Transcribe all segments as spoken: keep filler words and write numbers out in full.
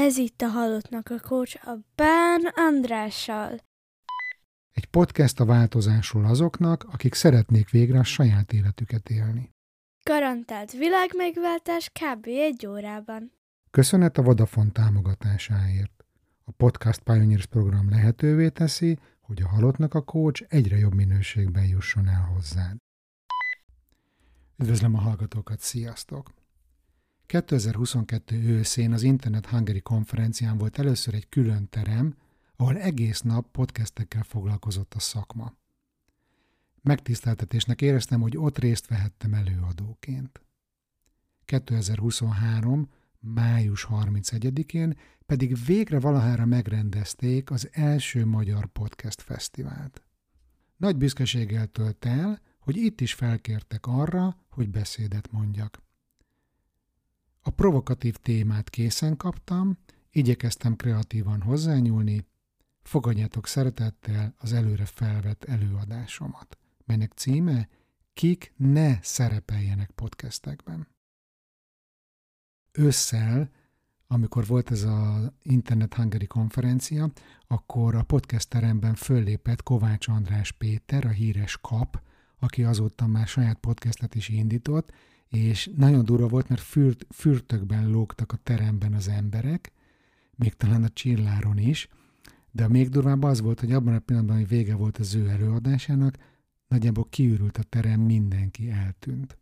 Ez itt a Halottnak a Coach a Bán Andrással. Egy podcast a változásról azoknak, akik szeretnék végre a saját életüket élni. Garantált világmegváltás kb. Egy órában. Köszönet a Vodafone támogatásáért. A Podcast Pioneers program lehetővé teszi, hogy a Halottnak a Coach egyre jobb minőségben jusson el hozzád. Üdvözlöm a hallgatókat, sziasztok! kétezer-huszonkettő őszén az Internet Hungary konferencián volt először egy külön terem, ahol egész nap podcastekkel foglalkozott a szakma. Megtiszteltetésnek éreztem, hogy ott részt vehettem előadóként. kétezer-huszonhárom. május harmincegyedikén pedig végre valahára megrendezték az első magyar podcast fesztivált. Nagy büszkeséggel tölt el, hogy itt is felkértek arra, hogy beszédet mondjak. A provokatív témát készen kaptam, igyekeztem kreatívan hozzányúlni, fogadjátok szeretettel az előre felvett előadásomat, melynek címe Kik ne szerepeljenek podcastekben. Ősszel, amikor volt ez az Internet Hungary konferencia, akkor a podcast teremben föllépett Kovács András Péter, a híres Kap, aki azóta már saját podcastet is indított, és nagyon durva volt, mert fürt, fürtökben lógtak a teremben az emberek, még talán a Csilláron is, de a még durvább az volt, hogy abban a pillanatban, hogy vége volt az ő előadásának, nagyjából kiürült a terem, mindenki eltűnt.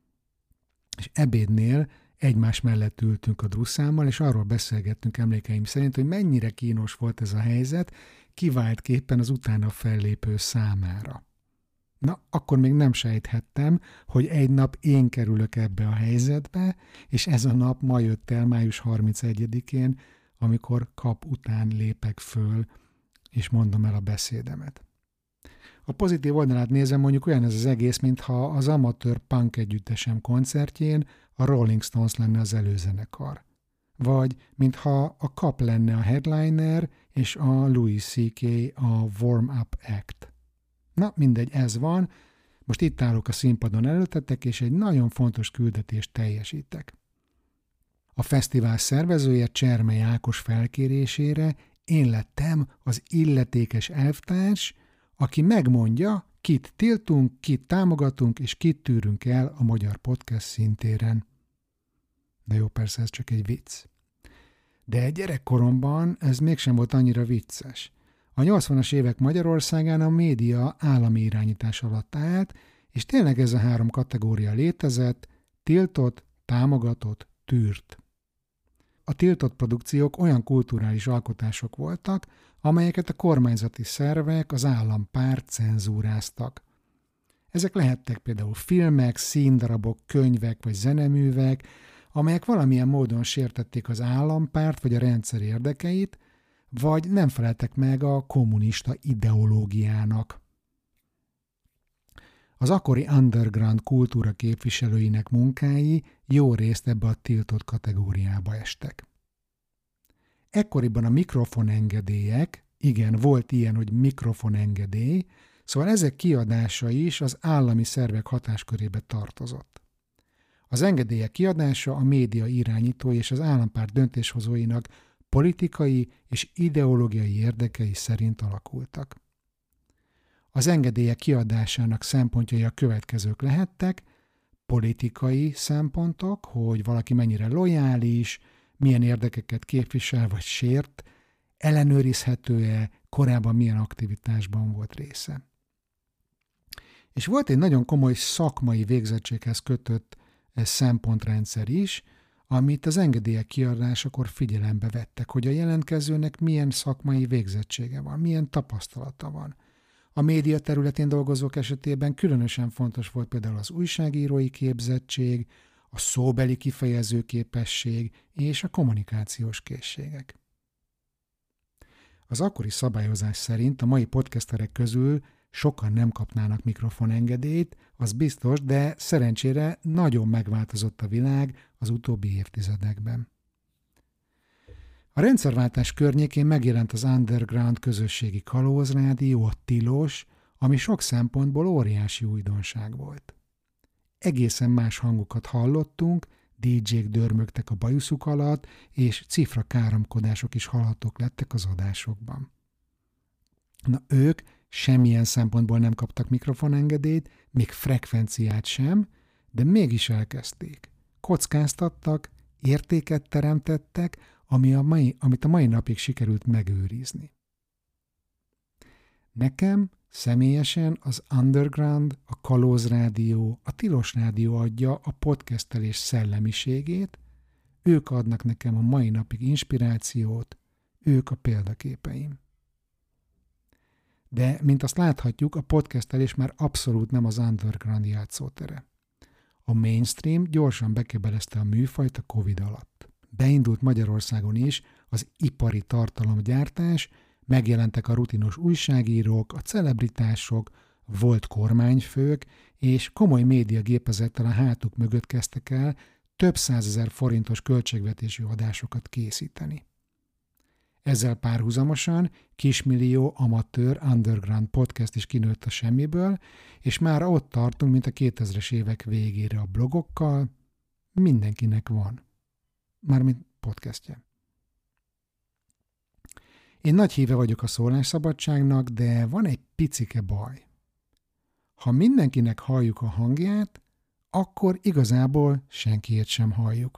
És ebédnél egymás mellett ültünk a Drusszámmal, és arról beszélgettünk emlékeim szerint, hogy mennyire kínos volt ez a helyzet, kiváltképpen az utána fellépő számára. Na, akkor még nem sejthettem, hogy egy nap én kerülök ebbe a helyzetbe, és ez a nap ma jött el május harmincegyedikén, amikor Kap után lépek föl, és mondom el a beszédemet. A pozitív oldalát nézem, mondjuk olyan ez az egész, mintha az amatőr punk együttesem koncertjén a Rolling Stones lenne az előzenekar. Vagy mintha a Kap lenne a headliner, és a Louis cé ká a warm-up act. Na, mindegy, ez van. Most itt állok a színpadon előttetek, és egy nagyon fontos küldetést teljesítek. A fesztivál szervezője Csermely Ákos felkérésére én lettem az illetékes elvtárs, aki megmondja, kit tiltunk, kit támogatunk, és kit tűrünk el a magyar podcast szintéren. Na jó, persze ez csak egy vicc. De gyerekkoromban ez mégsem volt annyira vicces. A nyolcvanas évek Magyarországán a média állami irányítás alatt állt, és tényleg ez a három kategória létezett, tiltott, támogatott, tűrt. A tiltott produkciók olyan kulturális alkotások voltak, amelyeket a kormányzati szervek, az állampárt cenzúráztak. Ezek lehettek például filmek, színdarabok, könyvek vagy zeneművek, amelyek valamilyen módon sértették az állampárt vagy a rendszer érdekeit, vagy nem feleltek meg a kommunista ideológiának. Az akkori underground kultúra képviselőinek munkái jó részt ebbe a tiltott kategóriába estek. Ekkoriban a mikrofonengedélyek, igen, volt ilyen, hogy mikrofonengedély, szóval ezek kiadása is az állami szervek hatáskörébe tartozott. Az engedélyek kiadása a média irányítói és az állampárt döntéshozóinak politikai és ideológiai érdekei szerint alakultak. Az engedélyek kiadásának szempontjai a következők lehettek: politikai szempontok, hogy valaki mennyire lojális, milyen érdekeket képvisel vagy sért, ellenőrizhető-e, korábban milyen aktivitásban volt része. És volt egy nagyon komoly szakmai végzettséghez kötött szempontrendszer is, amit az engedélyek kiadásakor figyelembe vettek, hogy a jelentkezőnek milyen szakmai végzettsége van, milyen tapasztalata van. A média területén dolgozók esetében különösen fontos volt például az újságírói képzettség, a szóbeli kifejező képesség és a kommunikációs készségek. Az akkori szabályozás szerint a mai podcasterek közül sokan nem kapnának mikrofonengedélyt, az biztos, de szerencsére nagyon megváltozott a világ az utóbbi évtizedekben. A rendszerváltás környékén megjelent az underground közösségi kalózrádió, a Tilos, ami sok szempontból óriási újdonság volt. Egészen más hangokat hallottunk, dé dzsék dörmögtek a bajuszuk alatt, és cifra káromkodások is hallhatók lettek az adásokban. Na ők semmilyen szempontból nem kaptak mikrofonengedélyt, még frekvenciát sem, de mégis elkezdték. Kockáztattak, értéket teremtettek, ami a mai, amit a mai napig sikerült megőrizni. Nekem személyesen az underground, a kalózrádió, a tilos rádió adja a podcastelés szellemiségét, ők adnak nekem a mai napig inspirációt, ők a példaképeim. De, mint azt láthatjuk, a podcastelés már abszolút nem az underground játszótere. A mainstream gyorsan bekebelezte a műfajt a Covid alatt. Beindult Magyarországon is az ipari tartalomgyártás, megjelentek a rutinos újságírók, a celebritások, volt kormányfők, és komoly médiagépezettel a hátuk mögött kezdtek el több százezer forintos költségvetési adásokat készíteni. Ezzel párhuzamosan kismillió amatőr underground podcast is kinőtt a semmiből, és már ott tartunk, mint a kétezres évek végére a blogokkal, mindenkinek van. Mármint podcastje. Én nagy híve vagyok a szólásszabadságnak, de van egy picike baj. Ha mindenkinek halljuk a hangját, akkor igazából senkiét sem halljuk.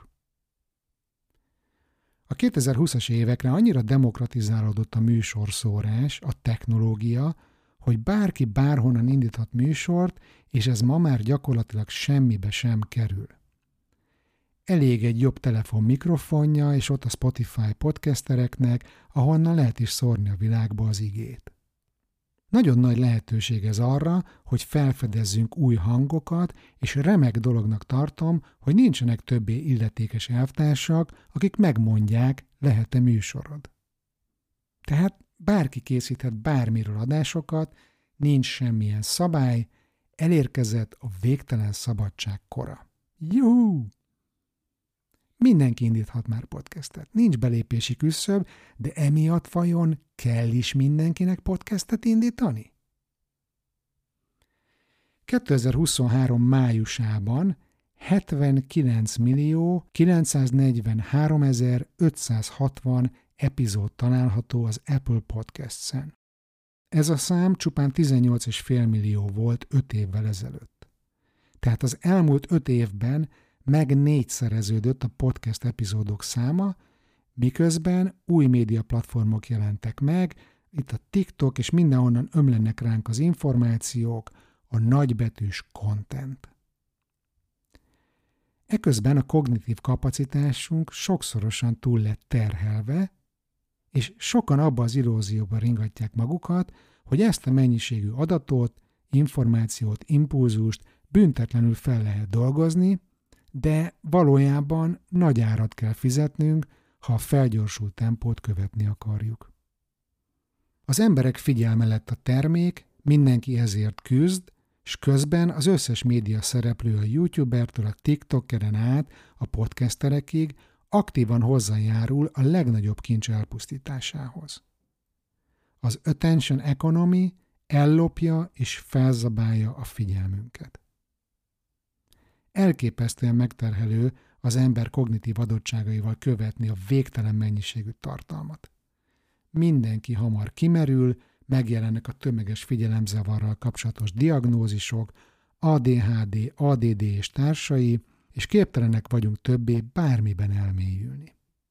A kétezer-húszas évekre annyira demokratizálódott a műsorszórás, a technológia, hogy bárki bárhonnan indíthat műsort, és ez ma már gyakorlatilag semmibe sem kerül. Elég egy jobb telefon mikrofonja, és ott a Spotify podcastereknek, ahonnan lehet is szórni a világba az igét. Nagyon nagy lehetőség ez arra, hogy felfedezzünk új hangokat, és remek dolognak tartom, hogy nincsenek többé illetékes elvtársak, akik megmondják, lehet-e műsorod. Tehát bárki készíthet bármiről adásokat, nincs semmilyen szabály, elérkezett a végtelen szabadság kora. Juhú! Mindenki indíthat már podcastet. Nincs belépési küszöb, de emiatt vajon kell is mindenkinek podcastet indítani? kétezer-huszonhárom májusában hetvenkilenc millió kilencszáznegyvenháromezer-ötszázhatvan epizód található az Apple Podcasts-en. Ez a szám csupán tizennyolc egész öt millió volt öt évvel ezelőtt. Tehát az elmúlt öt évben meg négyszereződött a podcast epizódok száma, miközben új média platformok jelentek meg, itt a TikTok, és mindenhonnan ömlennek ránk az információk, a nagybetűs content. Eközben a kognitív kapacitásunk sokszorosan túl lett terhelve, és sokan abba az illúzióba ringatják magukat, hogy ezt a mennyiségű adatot, információt, impulzust büntetlenül fel lehet dolgozni, de valójában nagy árat kell fizetnünk, ha a felgyorsult tempót követni akarjuk. Az emberek figyelme lett a termék, mindenki ezért küzd, s közben az összes média szereplő a youtubertől a tiktokeren át a podcasterekig aktívan hozzájárul a legnagyobb kincs elpusztításához. Az attention economy ellopja és felzabálja a figyelmünket. Elképesztően megterhelő az ember kognitív adottságaival követni a végtelen mennyiségű tartalmat. Mindenki hamar kimerül, megjelennek a tömeges figyelemzavarral kapcsolatos diagnózisok, á dé há dé, á dé dé és társai, és képtelenek vagyunk többé bármiben elmélyülni.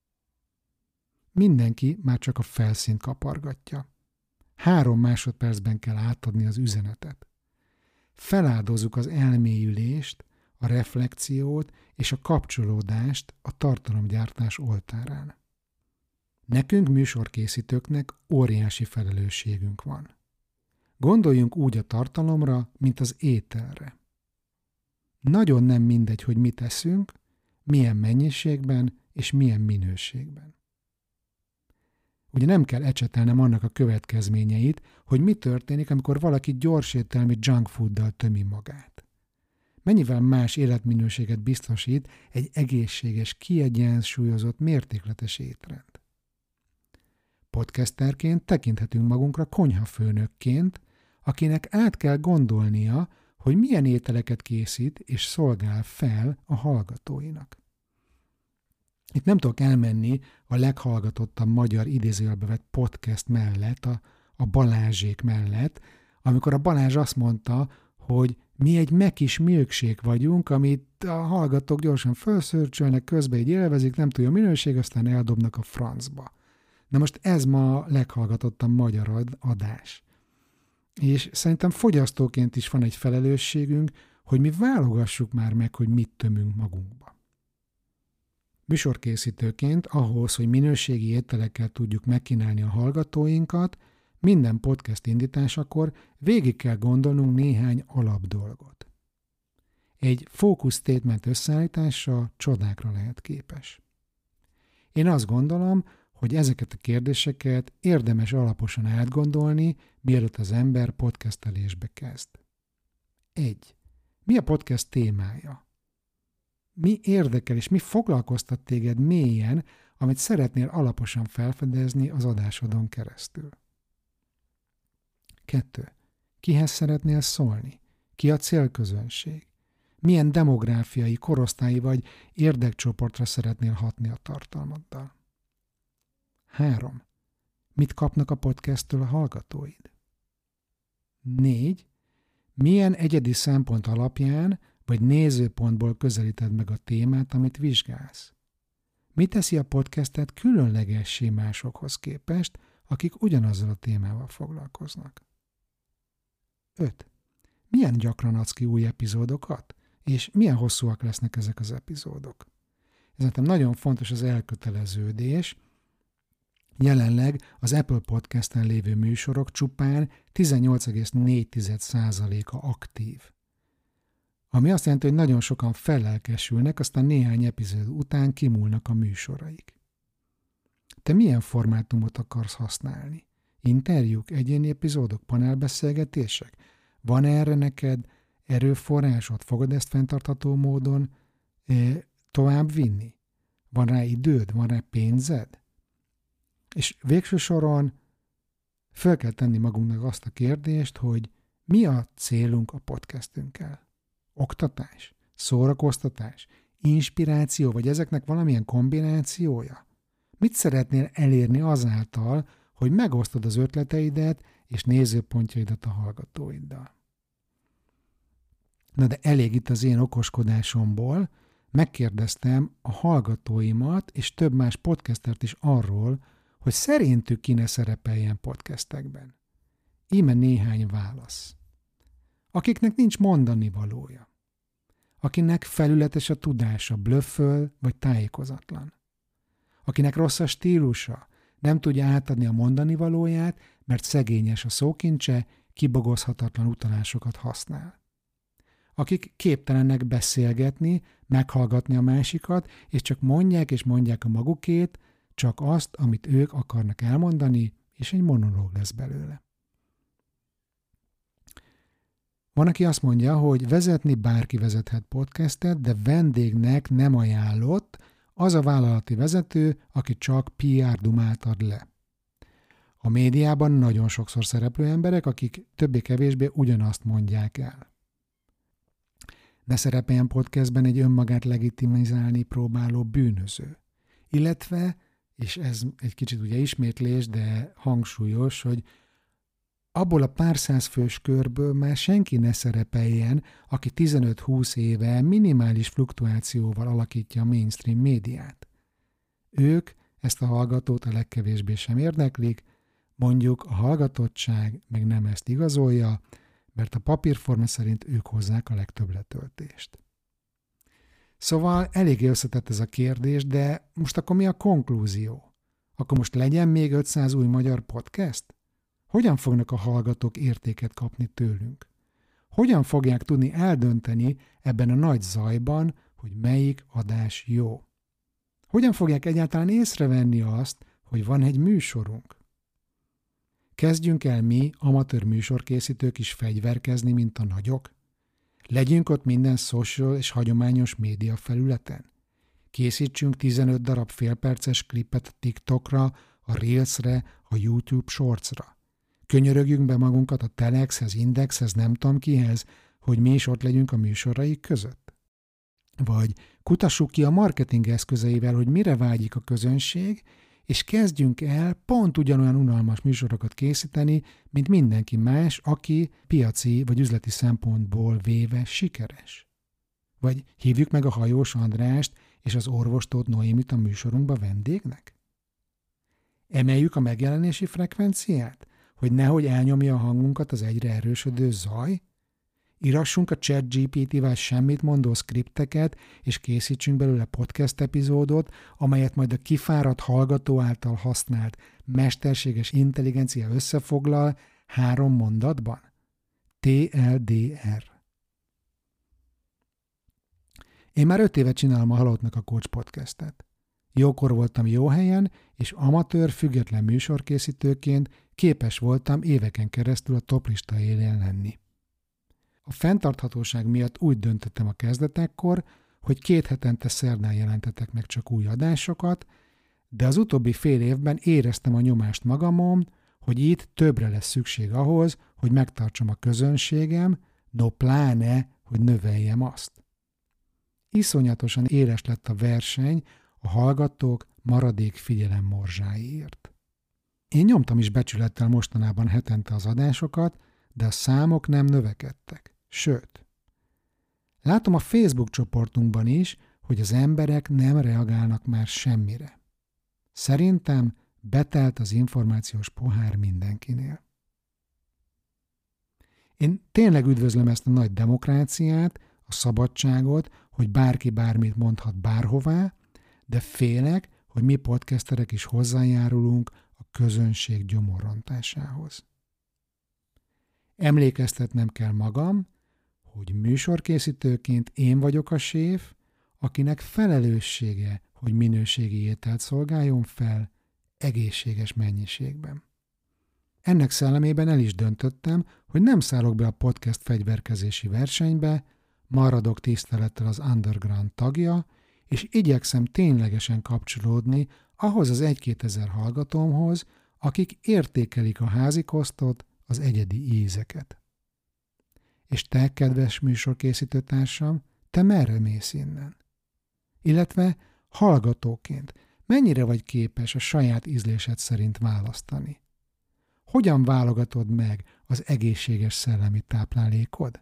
Mindenki már csak a felszínt kapargatja. Három másodpercben kell átadni az üzenetet. Feláldozzuk az elmélyülést, a reflexiót és a kapcsolódást a tartalomgyártás oltárán. Nekünk műsorkészítőknek óriási felelősségünk van. Gondoljunk úgy a tartalomra, mint az ételre. Nagyon nem mindegy, hogy mit eszünk, milyen mennyiségben és milyen minőségben. Ugye nem kell ecsetelnem annak a következményeit, hogy mi történik, amikor valaki gyorsételmi junk fooddal tömi magát. Mennyivel más életminőséget biztosít egy egészséges, kiegyensúlyozott, mértékletes étrend. Podcasterként tekinthetünk magunkra konyhafőnökként, akinek át kell gondolnia, hogy milyen ételeket készít és szolgál fel a hallgatóinak. Itt nem tudok elmenni a leghallgatottabb magyar idézőjelbe vett podcast mellett, a, a Balázsék mellett, amikor a Balázs azt mondta, hogy mi egy mekis milkshake vagyunk, amit a hallgatók gyorsan felszörcsölnek, közben így élvezik, nem tudja a minőség, aztán eldobnak a francba. Na most ez ma a leghallgatottabb magyar adás. És szerintem fogyasztóként is van egy felelősségünk, hogy mi válogassuk már meg, hogy mit tömünk magunkba. Műsorkészítőként ahhoz, hogy minőségi ételekkel tudjuk megkínálni a hallgatóinkat, minden podcast indításakor végig kell gondolnunk néhány alapdolgot. Egy focus statement összeállítása csodákra lehet képes. Én azt gondolom, hogy ezeket a kérdéseket érdemes alaposan átgondolni, mielőtt az ember podcastelésbe kezd. egy. Mi a podcast témája? Mi érdekel és mi foglalkoztat téged mélyen, amit szeretnél alaposan felfedezni az adásodon keresztül? kettő. Kihez szeretnél szólni? Ki a célközönség? Milyen demográfiai, korosztályi vagy érdekcsoportra szeretnél hatni a tartalmaddal? három. Mit kapnak a podcasttől a hallgatóid? négy. Milyen egyedi szempont alapján vagy nézőpontból közelíted meg a témát, amit vizsgálsz? Mi teszi a podcastet különlegessé másokhoz képest, akik ugyanazzal a témával foglalkoznak? öt. Milyen gyakran adsz ki új epizódokat? És milyen hosszúak lesznek ezek az epizódok? Ez nagyon fontos az elköteleződés. Jelenleg az Apple Podcasten lévő műsorok csupán tizennyolc egész négy százaléka aktív. Ami azt jelenti, hogy nagyon sokan fellelkesülnek, aztán néhány epizód után kimúlnak a műsoraik. Te milyen formátumot akarsz használni? Interjúk, egyéni epizódok, panelbeszélgetések? Van erre neked erőforrásod? Fogod ezt fenntartható módon e, tovább vinni? Van rá időd? Van rá pénzed? És végső soron fel kell tenni magunknak azt a kérdést, hogy mi a célunk a podcastünkkel? Oktatás? Szórakoztatás? Inspiráció? Vagy ezeknek valamilyen kombinációja? Mit szeretnél elérni azáltal, hogy megosztod az ötleteidet és nézőpontjaidat a hallgatóiddal? Na de elég itt az én okoskodásomból, megkérdeztem a hallgatóimat és több más podcastert is arról, hogy szerintük ki ne szerepeljen podcastekben. Íme néhány válasz. Akiknek nincs mondani valója. Akinek felületes a tudása, blöfföl vagy tájékozatlan. Akinek rossz a stílusa, nem tudja átadni a mondani valóját, mert szegényes a szókincse, kibogozhatatlan utalásokat használ. Akik képtelenek beszélgetni, meghallgatni a másikat, és csak mondják és mondják a magukét, csak azt, amit ők akarnak elmondani, és egy monológ lesz belőle. Van, aki azt mondja, hogy vezetni bárki vezethet podcastet, de vendégnek nem ajánlott az a vállalati vezető, aki csak pé er dumát ad le. A médiában nagyon sokszor szereplő emberek, akik többé-kevésbé ugyanazt mondják el. Ne szerepeljen podcastben egy önmagát legitimizálni próbáló bűnöző. Illetve, és ez egy kicsit ugye ismétlés, de hangsúlyos, hogy abból a pár száz fős körből már senki ne szerepeljen, aki tizenöt-húsz éve minimális fluktuációval alakítja a mainstream médiát. Ők ezt a hallgatót a legkevésbé sem érdeklik, mondjuk a hallgatottság meg nem ezt igazolja, mert a papírforma szerint ők hozzák a legtöbb letöltést. Szóval eléggé összetett ez a kérdés, de most akkor mi a konklúzió? Akkor most legyen még ötszáz új magyar podcast? Hogyan fognak a hallgatók értéket kapni tőlünk? Hogyan fogják tudni eldönteni ebben a nagy zajban, hogy melyik adás jó? Hogyan fogják egyáltalán észrevenni azt, hogy van egy műsorunk? Kezdjünk el mi, amatőr műsorkészítők is fegyverkezni, mint a nagyok? Legyünk ott minden social és hagyományos média felületen? Készítsünk tizenöt darab félperces klipet a TikTokra, a Reelsre, a YouTube Shortsra? Könyörögjünk be magunkat a Telexhez, Indexhez, nem tudom kihez, hogy mi is ott legyünk a műsoraik között? Vagy kutassuk ki a marketing eszközeivel, hogy mire vágyik a közönség, és kezdjünk el pont ugyanolyan unalmas műsorokat készíteni, mint mindenki más, aki piaci vagy üzleti szempontból véve sikeres. Vagy hívjuk meg a Hajós Andrást és az orvostót Noémit a műsorunkba vendégnek? Emeljük a megjelenési frekvenciát, hogy nehogy elnyomja a hangunkat az egyre erősödő zaj? Írassunk a ChatGPT-vel semmit mondó szkripteket, és készítsünk belőle podcast epizódot, amelyet majd a kifáradt hallgató által használt mesterséges intelligencia összefoglal három mondatban? té el dé er. Én már öt éve csinálom a Halottnak a Coach podcastet. Jókor voltam jó helyen, és amatőr, független műsorkészítőként képes voltam éveken keresztül a toplista élén lenni. A fenntarthatóság miatt úgy döntöttem a kezdetekkor, hogy két hetente szerdán jelentetek meg csak új adásokat, de az utóbbi fél évben éreztem a nyomást magamon, hogy itt többre lesz szükség ahhoz, hogy megtartsam a közönségem, no pláne, hogy növeljem azt. Iszonyatosan éles lett a verseny a hallgatók maradék figyelem morzsáiért. Én nyomtam is becsülettel mostanában hetente az adásokat, de a számok nem növekedtek. Sőt, látom a Facebook csoportunkban is, hogy az emberek nem reagálnak már semmire. Szerintem betelt az információs pohár mindenkinél. Én tényleg üdvözlöm ezt a nagy demokráciát, a szabadságot, hogy bárki bármit mondhat bárhová, de félek, hogy mi podcasterek is hozzájárulunk a közönség gyomorrontásához. Emlékeztetnem kell magam, hogy műsorkészítőként én vagyok a séf, akinek felelőssége, hogy minőségi ételt szolgáljon fel egészséges mennyiségben. Ennek szellemében el is döntöttem, hogy nem szállok be a podcast fegyverkezési versenybe, maradok tisztelettel az underground tagja, és igyekszem ténylegesen kapcsolódni ahhoz az egy-kétezer hallgatómhoz, akik értékelik a házikosztot, az egyedi ízeket. És te, kedves műsorkészítőtársam, te merre mész innen? Illetve hallgatóként mennyire vagy képes a saját ízlésed szerint választani? Hogyan válogatod meg az egészséges szellemi táplálékod?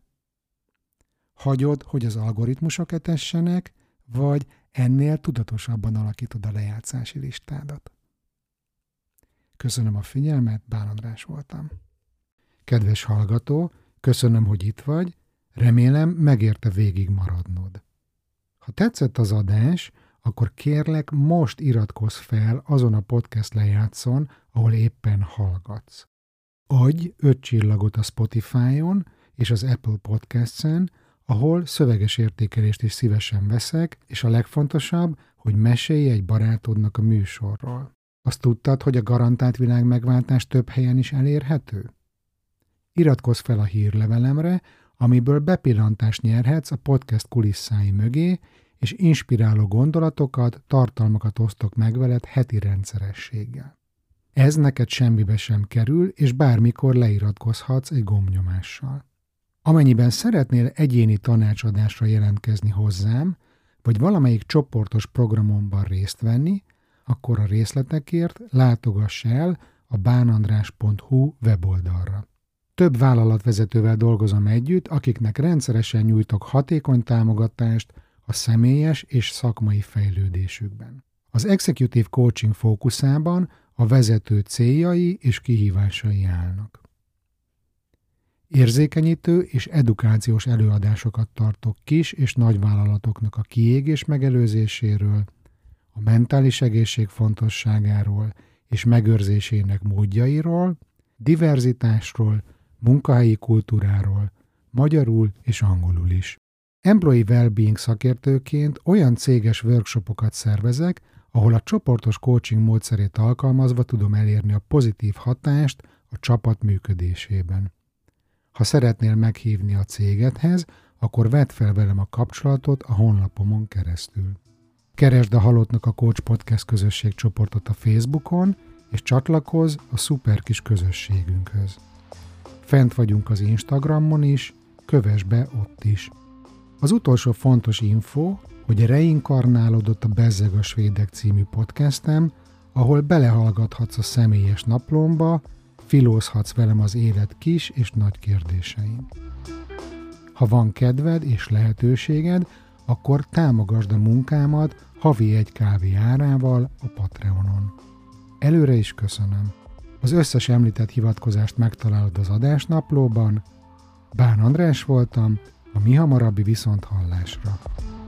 Hagyod, hogy az algoritmusok etessenek, vagy ennél tudatosabban alakítod a lejátszási listádat? Köszönöm a figyelmet, Bán András voltam. Kedves hallgató, köszönöm, hogy itt vagy, remélem megérte végig maradnod. Ha tetszett az adás, akkor kérlek most iratkozz fel azon a podcast lejátszón, ahol éppen hallgatsz. Adj öt csillagot a Spotify-on és az Apple Podcasts-en, ahol szöveges értékelést is szívesen veszek, és a legfontosabb, hogy mesélj egy barátodnak a műsorról. Azt tudtad, hogy a garantált világmegváltás több helyen is elérhető? Iratkozz fel a hírlevelemre, amiből bepillantást nyerhetsz a podcast kulisszái mögé, és inspiráló gondolatokat, tartalmakat osztok meg veled heti rendszerességgel. Ez neked semmibe sem kerül, és bármikor leiratkozhatsz egy gombnyomással. Amennyiben szeretnél egyéni tanácsadásra jelentkezni hozzám, vagy valamelyik csoportos programomban részt venni, akkor a részletekért látogass el a bánandrás pont hu weboldalra. Több vállalatvezetővel dolgozom együtt, akiknek rendszeresen nyújtok hatékony támogatást a személyes és szakmai fejlődésükben. Az Executive Coaching fókuszában a vezető céljai és kihívásai állnak. Érzékenyítő és edukációs előadásokat tartok kis és nagyvállalatoknak a kiégés megelőzéséről, a mentális egészség fontosságáról és megőrzésének módjairól, diverzitásról, munkahelyi kultúráról, magyarul és angolul is. Employee Wellbeing szakértőként olyan céges workshopokat szervezek, ahol a csoportos coaching módszerét alkalmazva tudom elérni a pozitív hatást a csapat működésében. Ha szeretnél meghívni a cégedhez, akkor vedd fel velem a kapcsolatot a honlapomon keresztül. Keresd a Halottnak a Coach Podcast közösség csoportot a Facebookon, és csatlakozz a szuper kis közösségünkhöz. Fent vagyunk az Instagramon is, kövess be ott is. Az utolsó fontos info, hogy reinkarnálódott a Bezzeg a Svédek című podcastem, ahol belehallgathatsz a személyes naplomba, filózhatsz velem az élet kis és nagy kérdésein. Ha van kedved és lehetőséged, akkor támogasd a munkámat havi egy kávé árával a Patreonon. Előre is köszönöm. Az összes említett hivatkozást megtalálod az adásnaplóban. Bán András voltam, a mihamarabbi viszonthallásra.